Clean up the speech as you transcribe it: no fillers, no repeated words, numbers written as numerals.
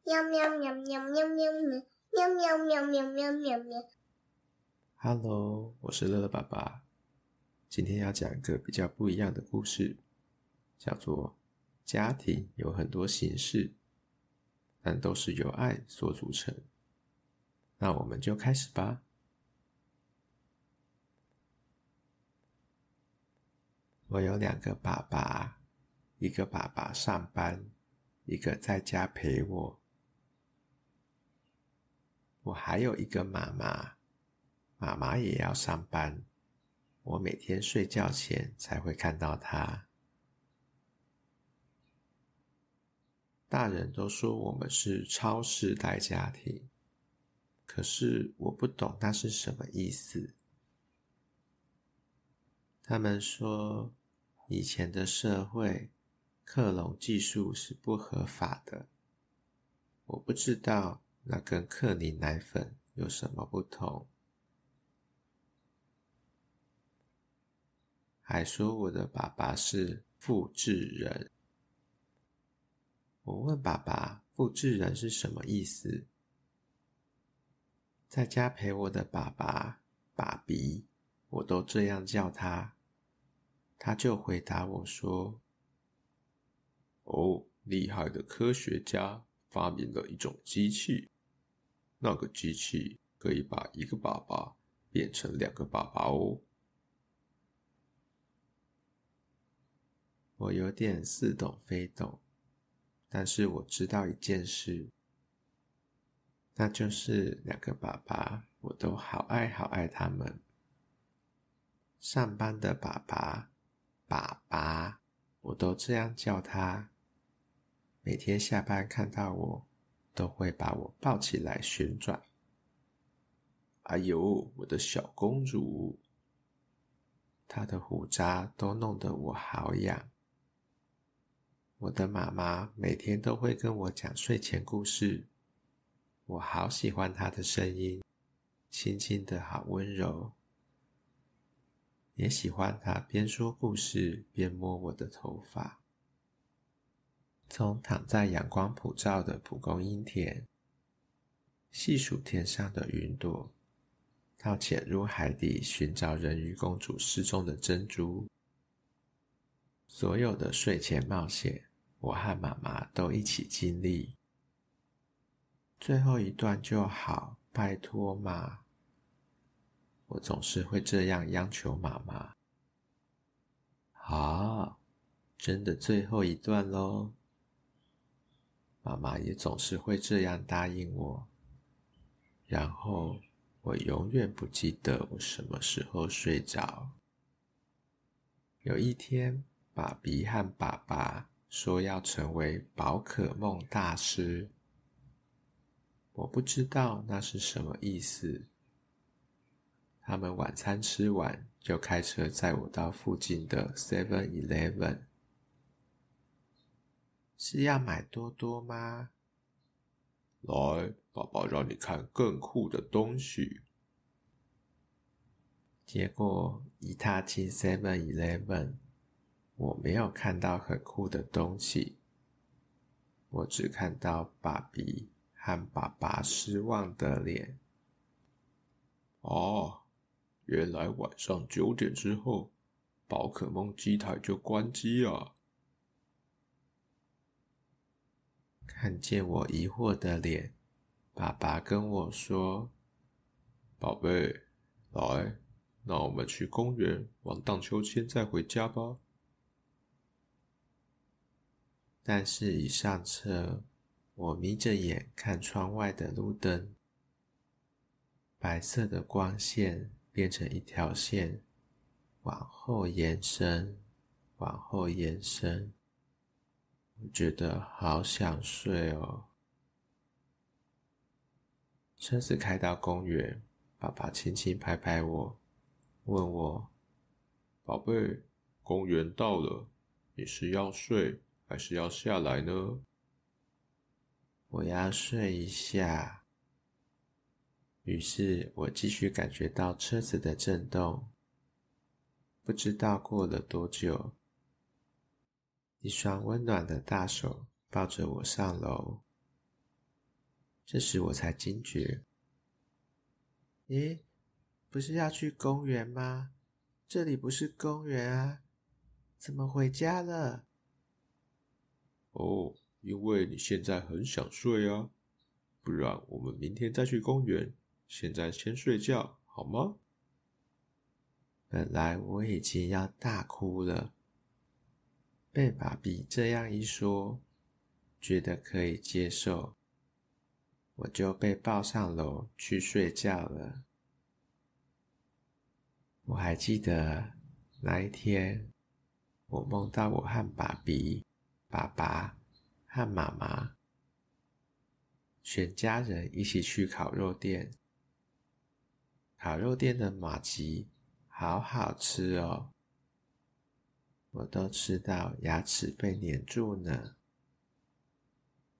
喵喵喵喵喵喵喵喵喵喵喵喵喵。 Hello，我是乐乐爸爸。今天要讲一个比较不一样的故事，叫做家庭有很多形式，但都是由爱所组成。那我们就开始吧。我有2个爸爸，一个爸爸上班，一个在家陪我。我还有一个妈妈，妈妈也要上班，我每天睡觉前才会看到她。大人都说我们是超世代家庭，可是我不懂那是什么意思。他们说以前的社会克隆技术是不合法的，我不知道那跟克宁奶粉有什么不同。还说我的爸爸是复制人。我问爸爸复制人是什么意思？在家陪我的爸爸爸比，我都这样叫他，他就回答我说，厉害的科学家发明了一种机器，那个机器可以把一个爸爸变成2个爸爸哦。我有点似懂非懂，但是我知道一件事，那就是2个爸爸我都好爱好爱他们。上班的爸爸爸爸，我都这样叫他，每天下班看到我都会把我抱起来旋转。哎呦，我的小公主，她的胡渣都弄得我好痒。我的妈妈每天都会跟我讲睡前故事，我好喜欢她的声音，轻轻的好温柔。也喜欢她边说故事边摸我的头发。从躺在阳光普照的蒲公英田，细数天上的云朵，到潜入海底寻找人鱼公主失踪的珍珠。所有的睡前冒险，我和妈妈都一起经历。最后一段就好，拜托嘛。我总是会这样央求妈妈。好，真的最后一段咯。妈妈也总是会这样答应我。然后我永远不记得我什么时候睡着。有一天，爸比和爸爸说要成为宝可梦大师。我不知道那是什么意思。他们晚餐吃完就开车载我到附近的 7-Eleven。 是要买多多吗？来，爸爸让你看更酷的东西。结果一踏进 7-Eleven， 我没有看到很酷的东西，我只看到爸比和爸爸失望的脸。原来晚上9点之后，宝可梦机台就关机啊。看见我疑惑的脸，爸爸跟我说，宝贝，来，那我们去公园玩荡秋千再回家吧。但是一上车，我眯着眼看窗外的路灯，白色的光线变成一条线，往后延伸，往后延伸。我觉得好想睡哦。车子开到公园，爸爸轻轻拍拍我，问我，宝贝，公园到了，你是要睡还是要下来呢？我要睡一下。于是我继续感觉到车子的震动。不知道过了多久，一双温暖的大手抱着我上楼。 这时我才惊觉，诶，不是要去公园吗？这里不是公园啊，怎么回家了？哦，因为你现在很想睡啊，不然我们明天再去公园，现在先睡觉，好吗？本来我已经要大哭了，被爸比这样一说，觉得可以接受，我就被抱上楼去睡觉了。我还记得那一天，我梦到我和爸比、爸爸和妈妈全家人一起去烤肉店。烤肉店的麻糬好好吃哦，我都吃到牙齿被黏住呢。